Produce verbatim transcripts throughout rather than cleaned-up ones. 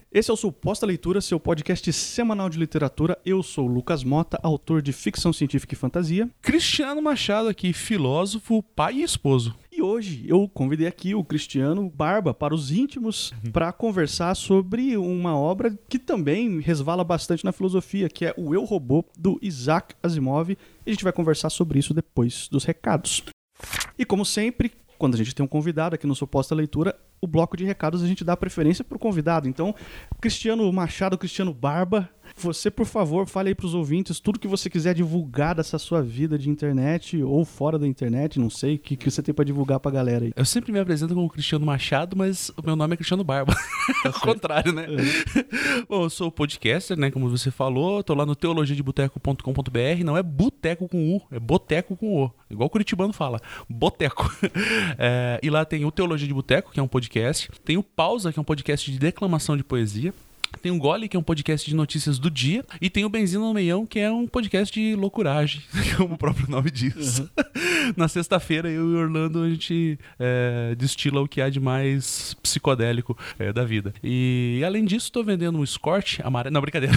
Esse é o Suposta Leitura, seu podcast semanal de literatura. Eu sou o Lucas Mota, autor de ficção científica e fantasia. Cristiano Machado aqui, filósofo, pai e esposo. E hoje eu convidei aqui o Cristiano Barba para os íntimos para conversar sobre uma obra que também resvala bastante na filosofia, que é o Eu, Robô, do Isaac Asimov. E a gente vai conversar sobre isso depois dos recados. E como sempre, quando a gente tem um convidado aqui no Suposta Leitura, o bloco de recados a gente dá preferência para o convidado. Então, Cristiano Machado, Cristiano Barba, você, por favor, fale aí para os ouvintes tudo que você quiser divulgar dessa sua vida de internet ou fora da internet, não sei, o que, que você tem para divulgar para a galera aí. Eu sempre me apresento como Cristiano Machado, mas o meu nome é Cristiano Barba. Ao contrário, né? Uhum. Bom, eu sou podcaster, né? Como você falou, tô lá no teologia de boteco ponto com ponto b r. Não é boteco com U, é boteco com O. Igual o curitibano fala, boteco. É, e lá tem o Teologia de Boteco, que é um podcast. Tem o Pausa, que é um podcast de declamação de poesia. Tem o Gole, que é um podcast de notícias do dia. E tem o Benzina no Meião, que é um podcast de loucuragem, como o próprio nome diz. Uhum. Na sexta-feira, eu e o Orlando, a gente é, destila o que há de mais psicodélico é, da vida. E, além disso, estou vendendo um Escort amarelo. Não, brincadeira.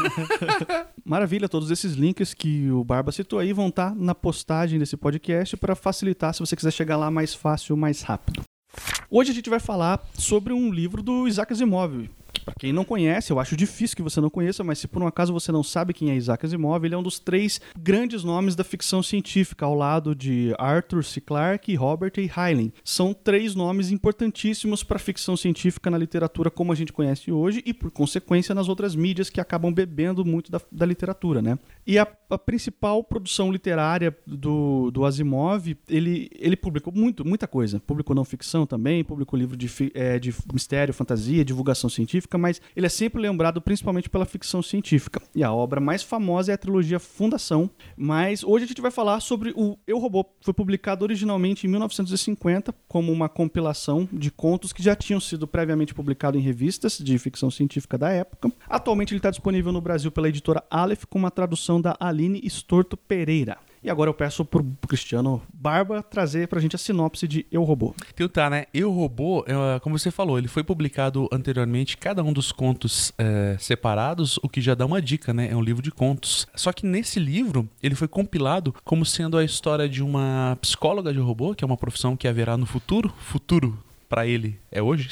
Maravilha, todos esses links que o Barba citou aí vão estar na postagem desse podcast para facilitar se você quiser chegar lá mais fácil, mais rápido. Hoje a gente vai falar sobre um livro do Isaac Asimov. Para quem não conhece, eu acho difícil que você não conheça, mas se por um acaso você não sabe quem é Isaac Asimov, ele é um dos três grandes nomes da ficção científica, ao lado de Arthur C. Clarke, Robert A. Heinlein. São três nomes importantíssimos para a ficção científica na literatura como a gente conhece hoje e, por consequência, nas outras mídias que acabam bebendo muito da, da literatura, né? E a, a principal produção literária do, do Asimov, ele, ele publicou muito, muita coisa. Publicou não ficção também, publicou livro de, é, de mistério, fantasia, divulgação científica, mas ele é sempre lembrado principalmente pela ficção científica. E a obra mais famosa é a trilogia Fundação. Mas hoje a gente vai falar sobre o Eu, Robô. Foi publicado originalmente em mil novecentos e cinquenta como uma compilação de contos que já tinham sido previamente publicados em revistas de ficção científica da época. Atualmente ele está disponível no Brasil pela editora Aleph com uma tradução da Aline Storto Pereira. E agora eu peço pro Cristiano Barba trazer pra gente a sinopse de Eu, Robô. Então tá, né? Eu, Robô, como você falou, ele foi publicado anteriormente, cada um dos contos é, separados, o que já dá uma dica, né? É um livro de contos. Só que nesse livro, ele foi compilado como sendo a história de uma psicóloga de robô, que é uma profissão que haverá no futuro. Futuro. Pra ele, é hoje?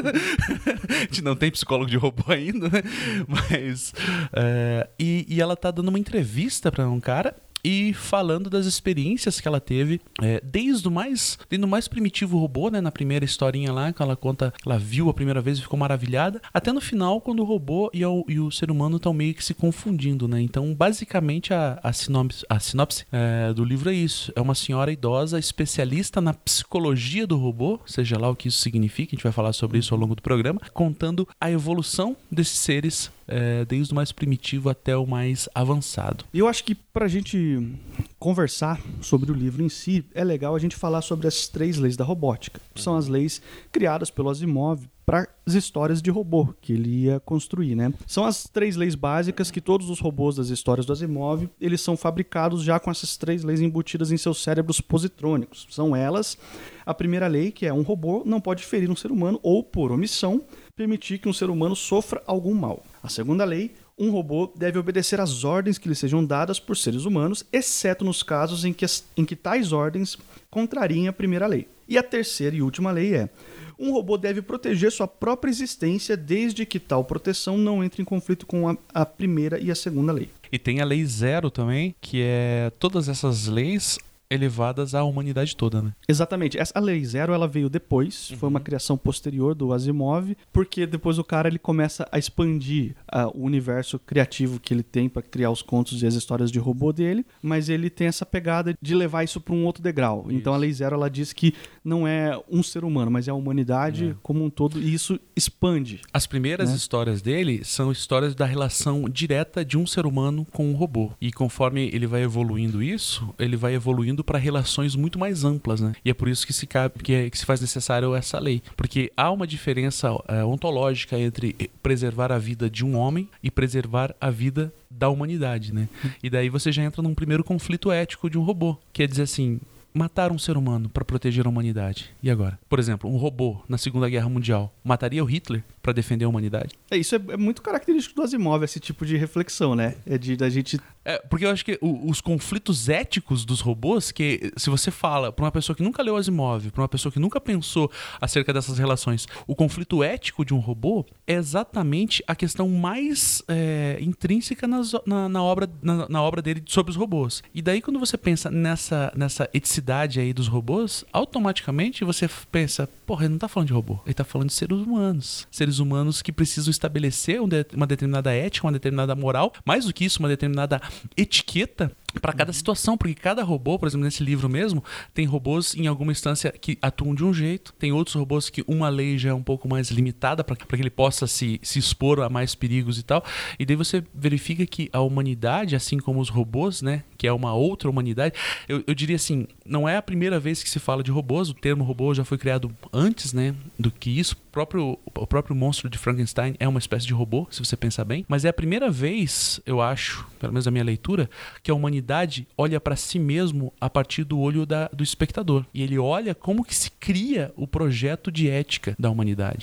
A gente não tem psicólogo de robô ainda, né? Mas... É, e, e ela tá dando uma entrevista pra um cara e falando das experiências que ela teve, é, desde o mais, desde o mais primitivo robô, né? Na primeira historinha lá, que ela conta que ela viu a primeira vez e ficou maravilhada, até no final, quando o robô e o, e o ser humano estão meio que se confundindo, né? Então, basicamente, a, a sinopse, a sinopse é, do livro é isso. É uma senhora idosa, especialista na psicologia do robô, seja lá o que isso significa, a gente vai falar sobre isso ao longo do programa, contando a evolução desses seres, é, desde o mais primitivo até o mais avançado. E eu acho que pra gente conversar sobre o livro em si, é legal a gente falar sobre as três leis da robótica. São as leis criadas pelo Asimov para as histórias de robô que ele ia construir, né? São as três leis básicas que todos os robôs das histórias do Asimov, eles são fabricados já com essas três leis embutidas em seus cérebros positrônicos. São elas: a primeira lei, que é um robô não pode ferir um ser humano ou, por omissão, permitir que um ser humano sofra algum mal. A segunda lei: um robô deve obedecer às ordens que lhe sejam dadas por seres humanos, exceto nos casos em que, as, em que tais ordens contrariem a primeira lei. E a terceira e última lei é: um robô deve proteger sua própria existência desde que tal proteção não entre em conflito com a, a primeira e a segunda lei. E tem a lei zero também, que é todas essas leis elevadas à humanidade toda, né? Exatamente. Essa, a Lei Zero, ela veio depois, uhum. Foi uma criação posterior do Asimov, porque depois o cara ele começa a expandir uh, o universo criativo que ele tem para criar os contos e as histórias de robô dele, mas ele tem essa pegada de levar isso para um outro degrau. Isso. Então a Lei Zero, ela diz que não é um ser humano, mas é a humanidade é. como um todo, e isso expande. As primeiras né? histórias dele são histórias da relação direta de um ser humano com um robô. E conforme ele vai evoluindo isso, ele vai evoluindo para relações muito mais amplas, né? E é por isso que se, cabe, que, é, que se faz necessário essa lei. Porque há uma diferença é, ontológica entre preservar a vida de um homem e preservar a vida da humanidade, né? E daí você já entra num primeiro conflito ético de um robô, que é dizer assim: matar um ser humano para proteger a humanidade. E agora? Por exemplo, um robô na Segunda Guerra Mundial mataria o Hitler? pra defender a humanidade. É, isso é, é muito característico do Asimov, esse tipo de reflexão, né? É de da gente... É, porque eu acho que o, os conflitos éticos dos robôs, que se você fala pra uma pessoa que nunca leu Asimov, pra uma pessoa que nunca pensou acerca dessas relações, o conflito ético de um robô é exatamente a questão mais é, intrínseca nas, na, na, obra, na, na obra dele sobre os robôs. E daí quando você pensa nessa, nessa eticidade aí dos robôs, automaticamente você pensa, porra, ele não tá falando de robô, ele tá falando de seres humanos. Seres humanos que precisam estabelecer um de, uma determinada ética, uma determinada moral, mais do que isso, uma determinada etiqueta para cada situação, porque cada robô, por exemplo, nesse livro mesmo, tem robôs em alguma instância que atuam de um jeito, tem outros robôs que uma lei já é um pouco mais limitada para que ele possa se, se expor a mais perigos e tal, e daí você verifica que a humanidade, assim como os robôs, né, que é uma outra humanidade, eu, eu diria assim, não é a primeira vez que se fala de robôs, o termo robô já foi criado antes, né, do que isso, o próprio, o próprio monstro de Frankenstein é uma espécie de robô, se você pensar bem, mas é a primeira vez, eu acho, pelo menos a minha leitura, que a humanidade olha para si mesmo a partir do olho da, do espectador. E ele olha como que se cria o projeto de ética da humanidade.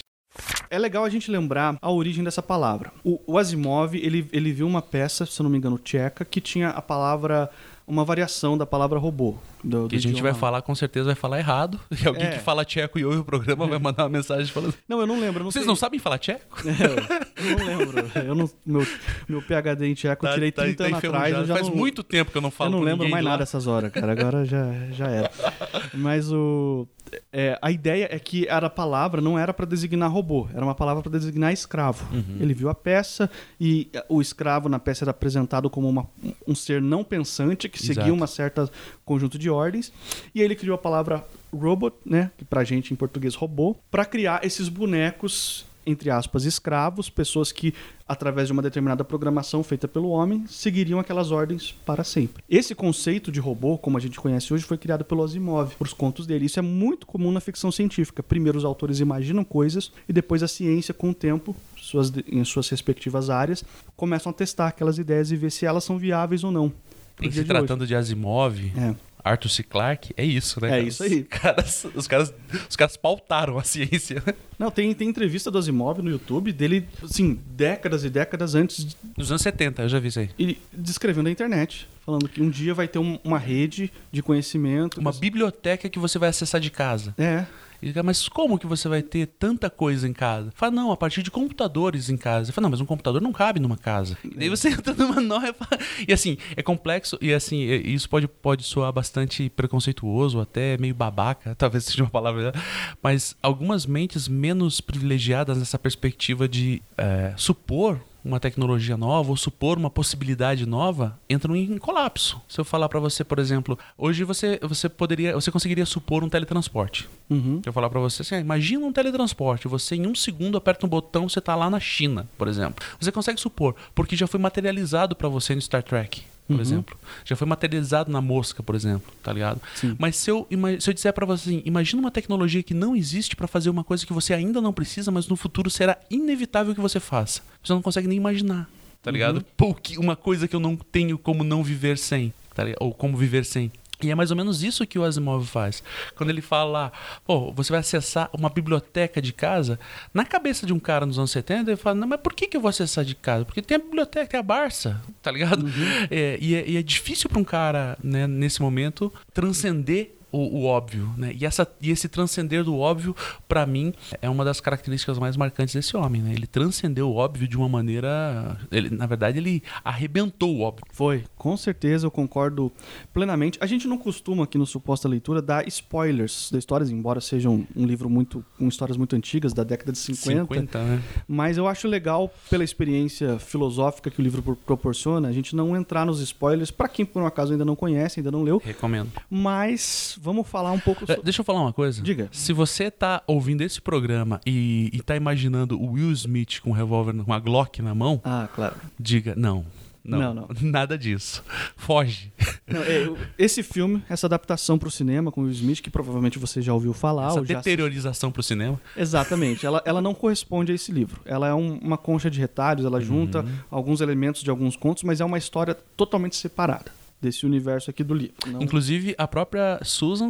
É legal a gente lembrar a origem dessa palavra. O, o Asimov, ele, ele viu uma peça, se eu não me engano, tcheca, que tinha a palavra... uma variação da palavra robô. Do, do que a gente vai falar, com certeza vai falar errado. E alguém é. que fala tcheco e ouve o programa vai mandar uma mensagem falando... Não, eu não lembro. Eu não Vocês sei. não sabem falar tcheco? É, eu não lembro. Eu não, meu, meu P H D em tcheco eu tirei tá, trinta tá anos atrás. Eu já Faz não, muito tempo que eu não falo Eu não com lembro mais lá. nada dessas horas, cara. Agora já, já era. Mas o... É, a ideia é que era a palavra não era para designar robô, era uma palavra para designar escravo. Uhum. Ele viu a peça e o escravo na peça era apresentado como uma, um ser não pensante que seguia Exato. uma certa conjunto de ordens. E aí ele criou a palavra robot, né, que pra gente em português robô, para criar esses bonecos, entre aspas, escravos, pessoas que, através de uma determinada programação feita pelo homem, seguiriam aquelas ordens para sempre. Esse conceito de robô, como a gente conhece hoje, foi criado pelo Asimov, para os contos dele. Isso é muito comum na ficção científica. Primeiro os autores imaginam coisas e depois a ciência, com o tempo, suas, em suas respectivas áreas, começam a testar aquelas ideias e ver se elas são viáveis ou não. Em se tratando de, de Asimov... É. Arthur C. Clarke, é isso, né? É cara? isso aí. Os caras, os, caras, os caras pautaram a ciência. Não, tem, tem entrevista do Asimov no YouTube dele, assim, décadas e décadas antes... Dos anos setenta, eu já vi isso aí. E descrevendo na internet, falando que um dia vai ter um, uma rede de conhecimento... Uma que... biblioteca que você vai acessar de casa. É. Mas como que você vai ter tanta coisa em casa? Fala, não, a partir de computadores em casa. Fala, não, mas um computador não cabe numa casa. E daí você entra numa noia. E assim, é complexo. E assim, isso pode, pode soar bastante preconceituoso, até meio babaca, talvez seja uma palavra. Mas algumas mentes menos privilegiadas nessa perspectiva de é, supor uma tecnologia nova ou supor uma possibilidade nova entram em colapso. Se eu falar para você, por exemplo, hoje você, você poderia, você conseguiria supor um teletransporte. Uhum. Se eu falar para você assim, ah, imagina um teletransporte, você em um segundo aperta um botão, você tá lá na China, por exemplo. Você consegue supor, porque já foi materializado para você no Star Trek, por uhum. exemplo. Já foi materializado na Mosca, por exemplo, tá ligado? Sim. Mas se eu, se eu disser para você assim, imagina uma tecnologia que não existe para fazer uma coisa que você ainda não precisa, mas no futuro será inevitável que você faça. Você não consegue nem imaginar, tá ligado? Uhum. Pô, uma coisa que eu não tenho como não viver sem, tá ligado? Ou como viver sem. E é mais ou menos isso que o Asimov faz. Quando ele fala lá, pô, você vai acessar uma biblioteca de casa, na cabeça de um cara nos anos setenta, ele fala, não, mas por que, que eu vou acessar de casa? Porque tem a biblioteca, tem a Barça, tá ligado? Uhum. É, e, é, e é difícil para um cara, né, nesse momento, transcender O, o óbvio, né? E, essa, e esse transcender do óbvio, pra mim, é uma das características mais marcantes desse homem, né? Ele transcendeu o óbvio de uma maneira... Ele, na verdade, ele arrebentou o óbvio. Foi, com certeza, eu concordo plenamente. A gente não costuma aqui no Suposta Leitura dar spoilers da história, embora seja um, um livro muito, com histórias muito antigas, da década de cinquenta. cinquenta, né? Mas eu acho legal, pela experiência filosófica que o livro proporciona, a gente não entrar nos spoilers, pra quem por um acaso ainda não conhece, ainda não leu. Recomendo. Mas... vamos falar um pouco sobre... Deixa eu falar uma coisa. Diga. Se você tá ouvindo esse programa e, e tá imaginando o Will Smith com um revólver, com uma Glock na mão... Ah, claro. Diga, não. Não, não, não. Nada disso. Foge. Não, é, esse filme, essa adaptação para o cinema com o Will Smith, que provavelmente você já ouviu falar... Essa ou já deteriorização para o cinema. Exatamente. Ela, ela não corresponde a esse livro. Ela é um, uma concha de retalhos, ela junta uhum. alguns elementos de alguns contos, mas é uma história totalmente separada desse universo aqui do livro. Não... Inclusive, a própria Susan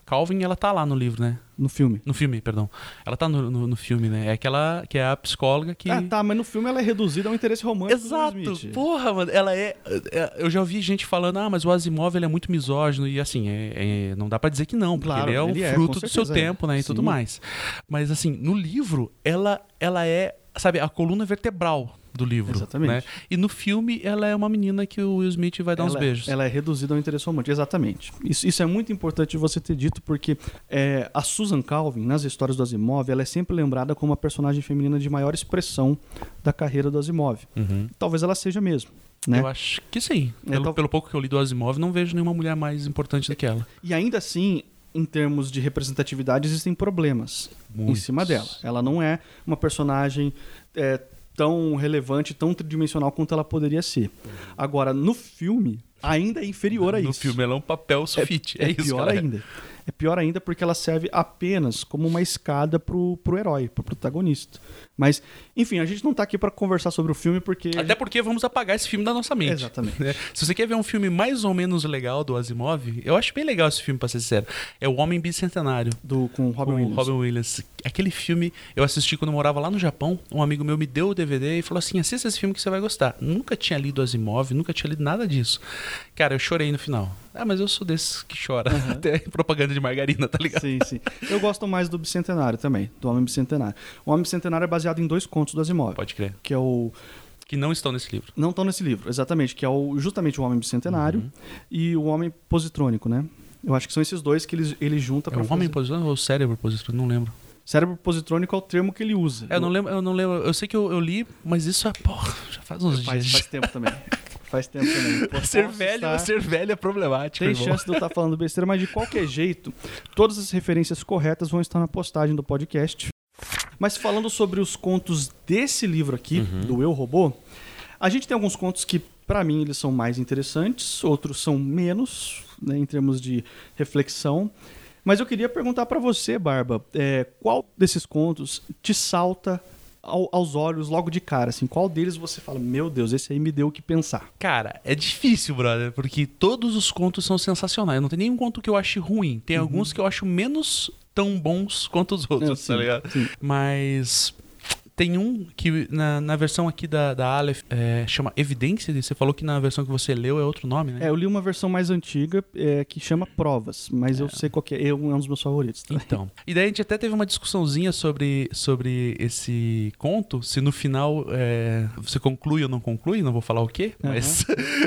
Calvin, ela tá lá no livro, né? No filme. No filme, perdão. Ela tá no, no, no filme, né? É aquela que é a psicóloga que... Ah, tá, mas no filme ela é reduzida ao interesse romântico. Exato. Do Will Smith. Porra, mano. Ela é, é... Eu já ouvi gente falando, ah, mas o Asimov, ele é muito misógino. E assim, é, é, não dá pra dizer que não. Porque Claro, ele é um ele é, fruto com do seu certeza é. tempo, né? E Sim. tudo mais. Mas assim, no livro, ela, ela é, sabe, a coluna vertebral do livro. Exatamente. Né? E no filme, ela é uma menina que o Will Smith vai dar ela, uns beijos. Ela é reduzida ao interesse romântico, exatamente. Isso, isso é muito importante você ter dito, porque é, a Susan Calvin, nas histórias do Asimov, ela é sempre lembrada como a personagem feminina de maior expressão da carreira do Asimov. Uhum. Talvez ela seja mesmo. Né? Eu acho que sim. É, Pelo, tal... pelo pouco que eu li do Asimov, não vejo nenhuma mulher mais importante do que ela. E ainda assim, em termos de representatividade, existem problemas Muitos. em cima dela. Ela não é uma personagem é, tão relevante, tão tridimensional quanto ela poderia ser. Agora, no filme, ainda é inferior a no isso. No filme ela é um papel sulfite. É, é, é isso, pior cara. ainda. É pior ainda porque ela serve apenas como uma escada pro, pro herói, pro protagonista. Mas, enfim, a gente não tá aqui pra conversar sobre o filme porque... Até porque vamos apagar esse filme da nossa mente. Exatamente. Né? Se você quer ver um filme mais ou menos legal do Asimov, eu acho bem legal esse filme, pra ser sincero. É O Homem Bicentenário. Do, com o Robin com Williams. Robin Williams. Aquele filme eu assisti quando eu morava lá no Japão. Um amigo meu me deu o D V D e falou assim, assista esse filme que você vai gostar. Nunca tinha lido Asimov, nunca tinha lido nada disso. Cara, eu chorei no final. Ah, mas eu sou desses que chora. Uhum. Até propaganda de margarina, tá ligado? Sim, sim. Eu gosto mais do Bicentenário também, do Homem Bicentenário. O Homem Bicentenário é baseado em dois contos do Asimov. Pode crer. Que é o... Que não estão nesse livro. Não estão nesse livro, exatamente. Que é o, justamente o Homem Bicentenário uhum. e o Homem Positrônico, né? Eu acho que são esses dois que ele, ele junta é pra o fazer... Homem Positrônico ou o Cérebro Positrônico? Não lembro. Cérebro positrônico é o termo que ele usa. É, eu não lembro, eu não lembro. Eu sei que eu, eu li, mas isso é, porra, já faz uns faz, dias. Faz tempo também. Faz tempo também. Pô, ser velho, estar... ser velho é problemático. Tem irmão. chance de eu estar falando besteira, mas de qualquer jeito, todas as referências corretas vão estar na postagem do podcast. Mas falando sobre os contos desse livro aqui, uhum. do Eu, Robô, a gente tem alguns contos que, pra mim, eles são mais interessantes, outros são menos, né, em termos de reflexão. Mas eu queria perguntar pra você, Barba, é, qual desses contos te salta ao, aos olhos logo de cara? Assim, qual deles você fala, meu Deus, esse aí me deu o que pensar? Cara, é difícil, brother, porque todos os contos são sensacionais. Não tem nenhum conto que eu ache ruim. Tem uhum. alguns que eu acho menos tão bons quanto os outros, é, sim, tá ligado? Sim. Mas... Tem um que na, na versão aqui da, da Aleph é, chama Evidência. Você falou que na versão que você leu é outro nome, né? É, eu li uma versão mais antiga é, que chama Provas, mas é. eu sei qual que é. É um dos meus favoritos. Tá? Então. E daí a gente até teve uma discussãozinha sobre, sobre esse conto. Se no final é, você conclui ou não conclui, não vou falar o quê, uhum. mas,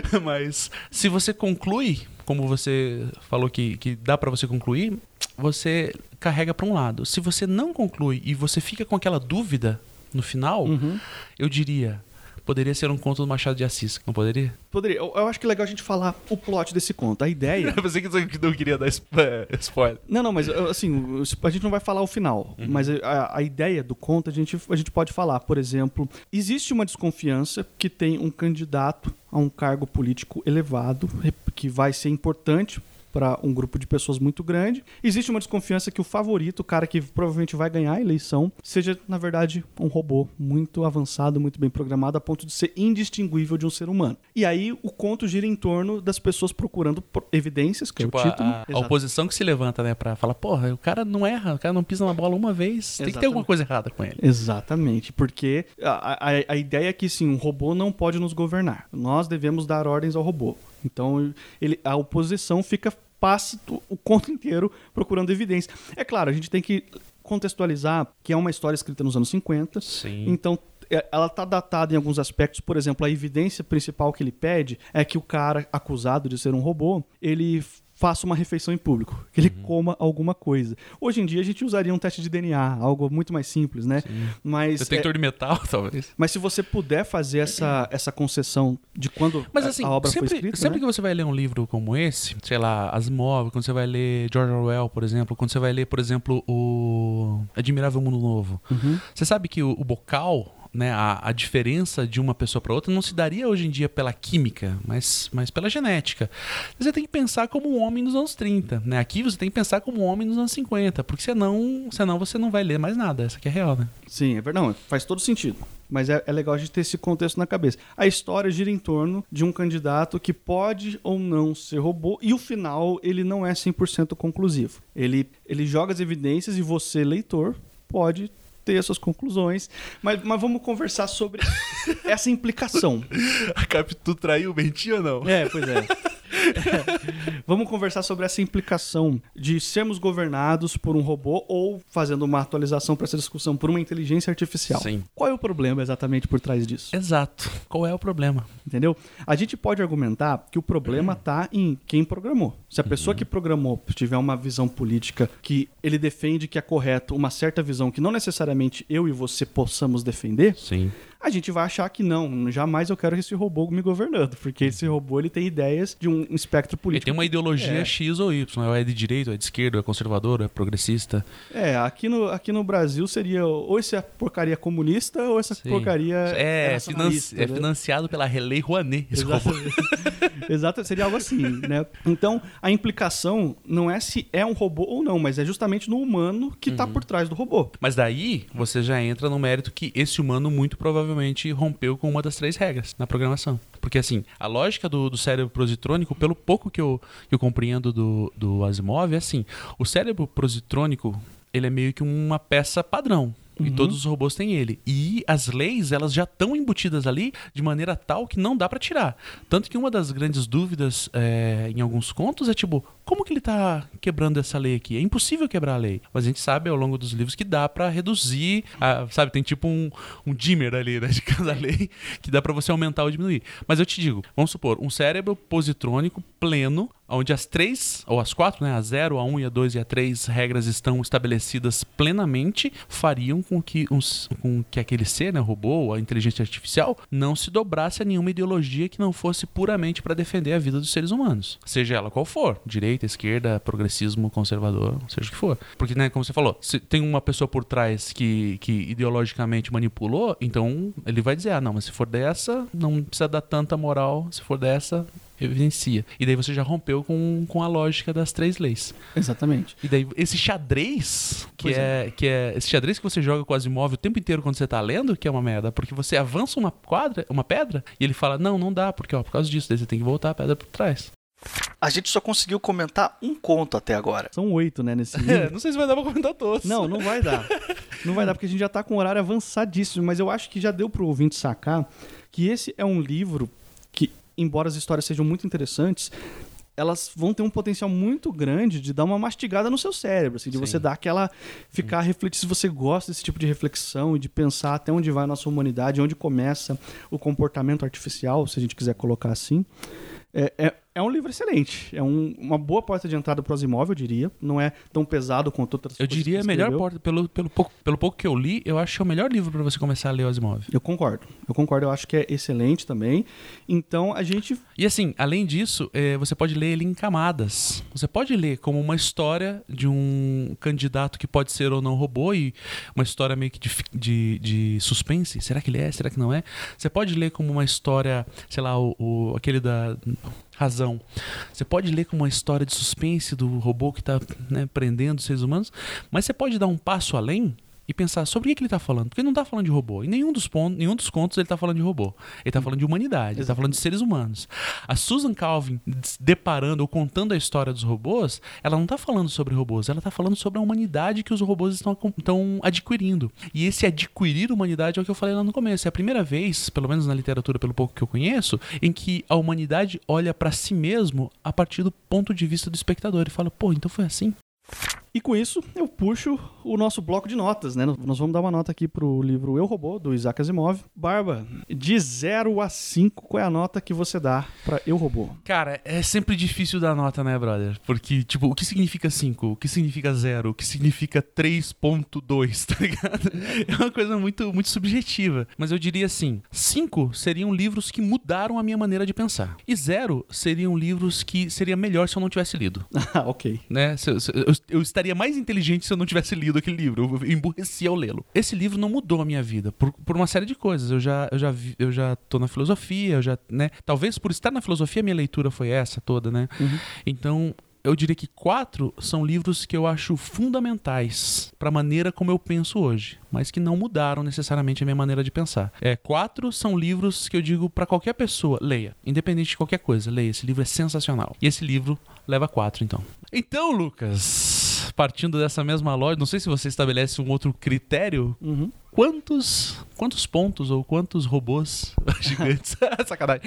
mas se você conclui, como você falou que, que dá pra você concluir, você carrega pra um lado. Se você não conclui e você fica com aquela dúvida no final, uhum. eu diria, poderia ser um conto do Machado de Assis, não poderia? Poderia. Eu, eu acho que é legal a gente falar o plot desse conto, a ideia... Eu pensei que você não queria dar spoiler. Não, não, mas assim, a gente não vai falar o final, uhum. mas a, a ideia do conto a gente, a gente pode falar. Por exemplo, existe uma desconfiança que tem um candidato a um cargo político elevado, que vai ser importante para um grupo de pessoas muito grande. Existe uma desconfiança que o favorito, o cara que provavelmente vai ganhar a eleição, seja, na verdade, um robô muito avançado, muito bem programado, a ponto de ser indistinguível de um ser humano. E aí o conto gira em torno das pessoas procurando evidências, que tipo é o título. A, a, a oposição que se levanta, né, pra falar, porra, o cara não erra, o cara não pisa na bola uma vez, Exatamente. Tem que ter alguma coisa errada com ele. Exatamente, porque a, a, a ideia é que, sim, um robô não pode nos governar. Nós devemos dar ordens ao robô. Então, ele, a oposição fica passa o conto inteiro procurando evidência. É claro, a gente tem que contextualizar que é uma história escrita nos anos cinquenta. Sim. Então, ela está datada em alguns aspectos. Por exemplo, a evidência principal que ele pede é que o cara acusado de ser um robô, ele faça uma refeição em público, que ele uhum. coma alguma coisa. Hoje em dia a gente usaria um teste de D N A, algo muito mais simples, né? Sim. Mas detector é... de metal, talvez. Mas se você puder fazer essa, essa concessão de quando Mas, assim, a obra sempre, foi escrita, sempre né? que você vai ler um livro como esse, sei lá, Asimov, quando você vai ler George Orwell, por exemplo, quando você vai ler, por exemplo, o Admirável Mundo Novo, uhum. você sabe que o, o bocal, né, a, a diferença de uma pessoa para outra não se daria hoje em dia pela química, mas, mas pela genética. Você tem que pensar como um homem nos anos trinta, né? Aqui você tem que pensar como um homem nos anos cinquenta, porque senão, senão você não vai ler mais nada. Essa aqui é real, né? Sim, é verdade. Não, faz todo sentido. mas é, é legal a gente ter esse contexto na cabeça. A história gira em torno de um candidato que pode ou não ser robô, e o final ele não é cem por cento conclusivo. Ele, ele joga as evidências e você, leitor, pode ter as suas conclusões, mas, mas vamos conversar sobre essa implicação. A Capitu traiu o Bentinho ou não? É, pois é. É. Vamos conversar sobre essa implicação de sermos governados por um robô ou, fazendo uma atualização para essa discussão, por uma inteligência artificial. Sim. Qual é o problema exatamente por trás disso? Exato. Qual é o problema? Entendeu? A gente pode argumentar que o problema está em quem programou. Se a pessoa Uhum. que programou tiver uma visão política que ele defende que é correto, uma certa visão que não necessariamente eu e você possamos defender, Sim. a gente vai achar que não, jamais eu quero esse robô me governando, porque esse robô ele tem ideias de um espectro Ele político. tem uma ideologia É. X ou Y, ou é de direita, ou é de esquerda, ou é conservador, ou é progressista. É, aqui no, aqui no Brasil seria ou essa porcaria comunista ou essa Sim. porcaria É, nacionalista, financi- é né? financiado pela Lei Rouanet, esse robô. Exatamente. Exato, seria algo assim, né? Então, a implicação não é se é um robô ou não, mas é justamente no humano que está por trás do robô. Mas daí você já entra no mérito que esse humano muito provavelmente rompeu com uma das três regras na programação. Porque assim, a lógica do, do cérebro positrônico, pelo pouco que eu, que eu compreendo do, do Asimov, é assim, o cérebro positrônico, ele é meio que uma peça padrão. E Uhum. todos os robôs têm ele. E as leis, elas já estão embutidas ali de maneira tal que não dá pra tirar. Tanto que uma das grandes dúvidas é, em alguns contos é tipo, como que ele tá quebrando essa lei aqui? É impossível quebrar a lei. Mas a gente sabe ao longo dos livros que dá pra reduzir, a, sabe, tem tipo um, um dimmer ali, né, de cada lei, que dá pra você aumentar ou diminuir. Mas eu te digo, vamos supor, um cérebro positrônico pleno, onde as três, ou as quatro, né, a zero, a um, a dois e a três regras estão estabelecidas plenamente, fariam com que, uns, com que aquele ser, né, o robô, a inteligência artificial, não se dobrasse a nenhuma ideologia que não fosse puramente para defender a vida dos seres humanos. Seja ela qual for, direita, esquerda, progressismo, conservador, seja o que for. Porque, né, como você falou, se tem uma pessoa por trás que, que ideologicamente manipulou, então ele vai dizer, ah, não, mas se for dessa, não precisa dar tanta moral, se for dessa, evidencia. E daí você já rompeu com, com a lógica das três leis. Exatamente. E daí esse xadrez, que Pois é, que é esse xadrez que você joga com o Asimov o tempo inteiro quando você tá lendo, que é uma merda, porque você avança uma quadra, uma pedra, e ele fala, não, não dá, porque ó, por causa disso, daí você tem que voltar a pedra por trás. A gente só conseguiu comentar um conto até agora. São oito, né, nesse É, livro. não sei se vai dar pra comentar todos. Não, não vai dar. Não vai dar, porque a gente já tá com um horário avançadíssimo, mas eu acho que já deu pro ouvinte sacar que esse é um livro que, embora as histórias sejam muito interessantes, elas vão ter um potencial muito grande de dar uma mastigada no seu cérebro, assim, de Sim. você dar aquela... ficar a refletir se você gosta desse tipo de reflexão e de pensar até onde vai a nossa humanidade, onde começa o comportamento artificial, se a gente quiser colocar assim. É, é, é um livro excelente. É um, uma boa porta de entrada para o Asimov, eu diria. Não é tão pesado quanto outras Eu coisas diria a que melhor escreveu. porta, pelo, pelo, pouco, pelo pouco que eu li, eu acho que é o melhor livro pra você começar a ler o Asimov. Eu concordo. Eu concordo. Eu acho que é excelente também. Então, a gente... E assim, além disso, eh, você pode ler ele em camadas. Você pode ler como uma história de um candidato que pode ser ou não robô e uma história meio que de, fi- de, de suspense. Será que ele é? Será que não é? Você pode ler como uma história, sei lá, o, o- aquele da Razão. Você pode ler como uma história de suspense do robô que está, né, prendendo os seres humanos, mas você pode dar um passo além e pensar sobre o que, que ele está falando. Porque ele não está falando de robô. Em nenhum dos, pontos, nenhum dos contos ele está falando de robô. Ele está falando de humanidade. Ele está falando de seres humanos. A Susan Calvin, des- deparando ou contando a história dos robôs, ela não está falando sobre robôs. Ela está falando sobre a humanidade que os robôs estão, acom- estão adquirindo. E esse adquirir humanidade é o que eu falei lá no começo. É a primeira vez, pelo menos na literatura, pelo pouco que eu conheço, em que a humanidade olha para si mesmo a partir do ponto de vista do espectador e fala, pô, então foi assim? E com isso, eu puxo o nosso bloco de notas, né? Nós vamos dar uma nota aqui pro livro Eu, Robô, do Isaac Asimov. Barba, de zero a cinco, qual é a nota que você dá pra Eu, Robô? Cara, é sempre difícil dar nota, né, brother? Porque, tipo, o que significa cinco? O que significa zero? O que significa três ponto dois, tá ligado? É uma coisa muito, muito subjetiva. Mas eu diria assim, cinco seriam livros que mudaram a minha maneira de pensar. E zero seriam livros que seria melhor se eu não tivesse lido, Ah, ok. né? Se eu, se eu, eu estaria mais inteligente se eu não tivesse lido aquele livro. Eu emburreci ao lê-lo. Esse livro não mudou a minha vida por, por uma série de coisas. Eu já, eu já, vi, eu já tô na filosofia, eu já, né? Talvez por estar na filosofia, minha leitura foi essa toda, né? Uhum. Então, eu diria que quatro são livros que eu acho fundamentais para a maneira como eu penso hoje, mas que não mudaram necessariamente a minha maneira de pensar. É, quatro são livros que eu digo para qualquer pessoa, leia, independente de qualquer coisa, leia, esse livro é sensacional. E esse livro leva quatro, então. Então, Lucas, partindo dessa mesma lógica, não sei se você estabelece um outro critério, Uhum. quantos, quantos pontos ou quantos robôs gigantes, sacanagem,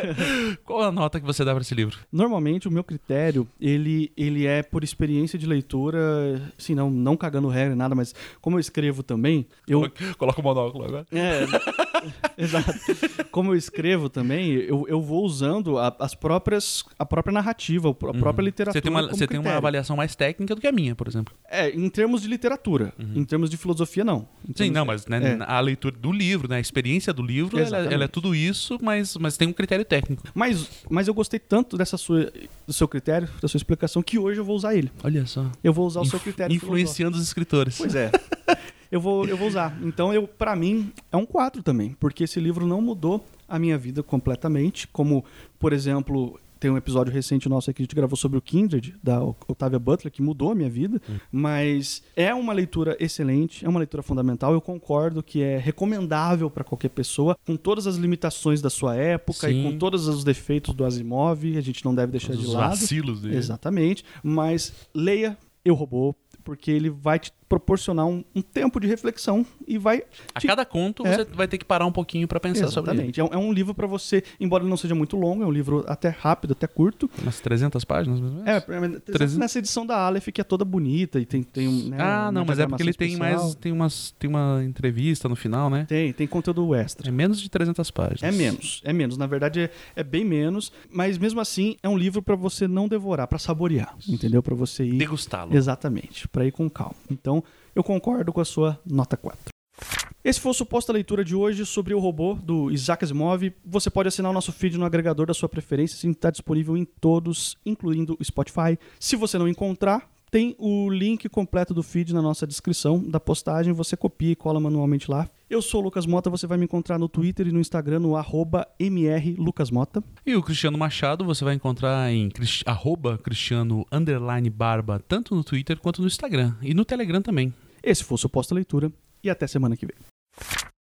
qual a nota que você dá para esse livro? Normalmente, o meu critério, ele, ele é por experiência de leitura, assim, não, não cagando regra e nada, mas como eu escrevo também, eu... Coloca, coloca o monóculo agora. É, exato. Como eu escrevo também, eu, eu vou usando a, as próprias, a própria narrativa, a própria Uhum. literatura Você tem uma, como você tem uma critério. avaliação mais técnica do que a minha, por exemplo. É, em termos de literatura. Uhum. Em termos de filosofia, não. Em Sim, termos- não, mas né, é. a leitura do livro, né, a experiência do livro, ela, Exatamente. ela é tudo isso, mas, mas tem um critério técnico. Mas, mas eu gostei tanto dessa sua, do seu critério, da sua explicação, que hoje eu vou usar ele. Olha só. Eu vou usar o seu Inf- critério filosófico. Influenciando os escritores. Pois é. Eu vou, eu vou usar. Então, eu, pra mim, é um quatro também. Porque esse livro não mudou a minha vida completamente. Como, por exemplo, tem um episódio recente nosso aqui que a gente gravou sobre o Kindred, da Octavia Butler, que mudou a minha vida. Hum. Mas é uma leitura excelente, é uma leitura fundamental. Eu concordo que é recomendável para qualquer pessoa, com todas as limitações da sua época Sim. e com todos os defeitos do Asimov. A gente não deve deixar de Os lado. vacilos dele. Exatamente. Mas leia Eu, Robô, porque ele vai te proporcionar um, um tempo de reflexão e vai... A te- cada conto É. você vai ter que parar um pouquinho pra pensar sobre ele. Exatamente. É um, é um livro para você, embora ele não seja muito longo, é um livro até rápido, até curto. Umas trezentas páginas, mais ou menos? É, trezentos. nessa edição da Aleph, que é toda bonita e tem, tem um... né, Ah, uma não, mas é porque ele tem diagramação mais. especial. Tem, umas, tem uma entrevista no final, né? Tem, tem conteúdo extra. É menos de trezentas páginas. É menos, é menos. Na verdade, é, é bem menos, mas mesmo assim, é um livro para você não devorar, para saborear, entendeu? Para você ir... Degustá-lo. Exatamente, para ir com calma. Então, eu concordo com a sua nota quatro. Esse foi o suposta leitura de hoje sobre O Robô, do Isaac Asimov. Você pode assinar o nosso feed no agregador da sua preferência, sim, está disponível em todos, incluindo o Spotify. Se você não encontrar, tem o link completo do feed na nossa descrição da postagem, você copia e cola manualmente lá. Eu sou o Lucas Mota, você vai me encontrar no Twitter e no Instagram no arroba mrlucasmota. E o Cristiano Machado você vai encontrar em Crist... arroba Cristiano underline Barba, tanto no Twitter quanto no Instagram. E no Telegram também. Esse foi o Suposta Leitura e até semana que vem.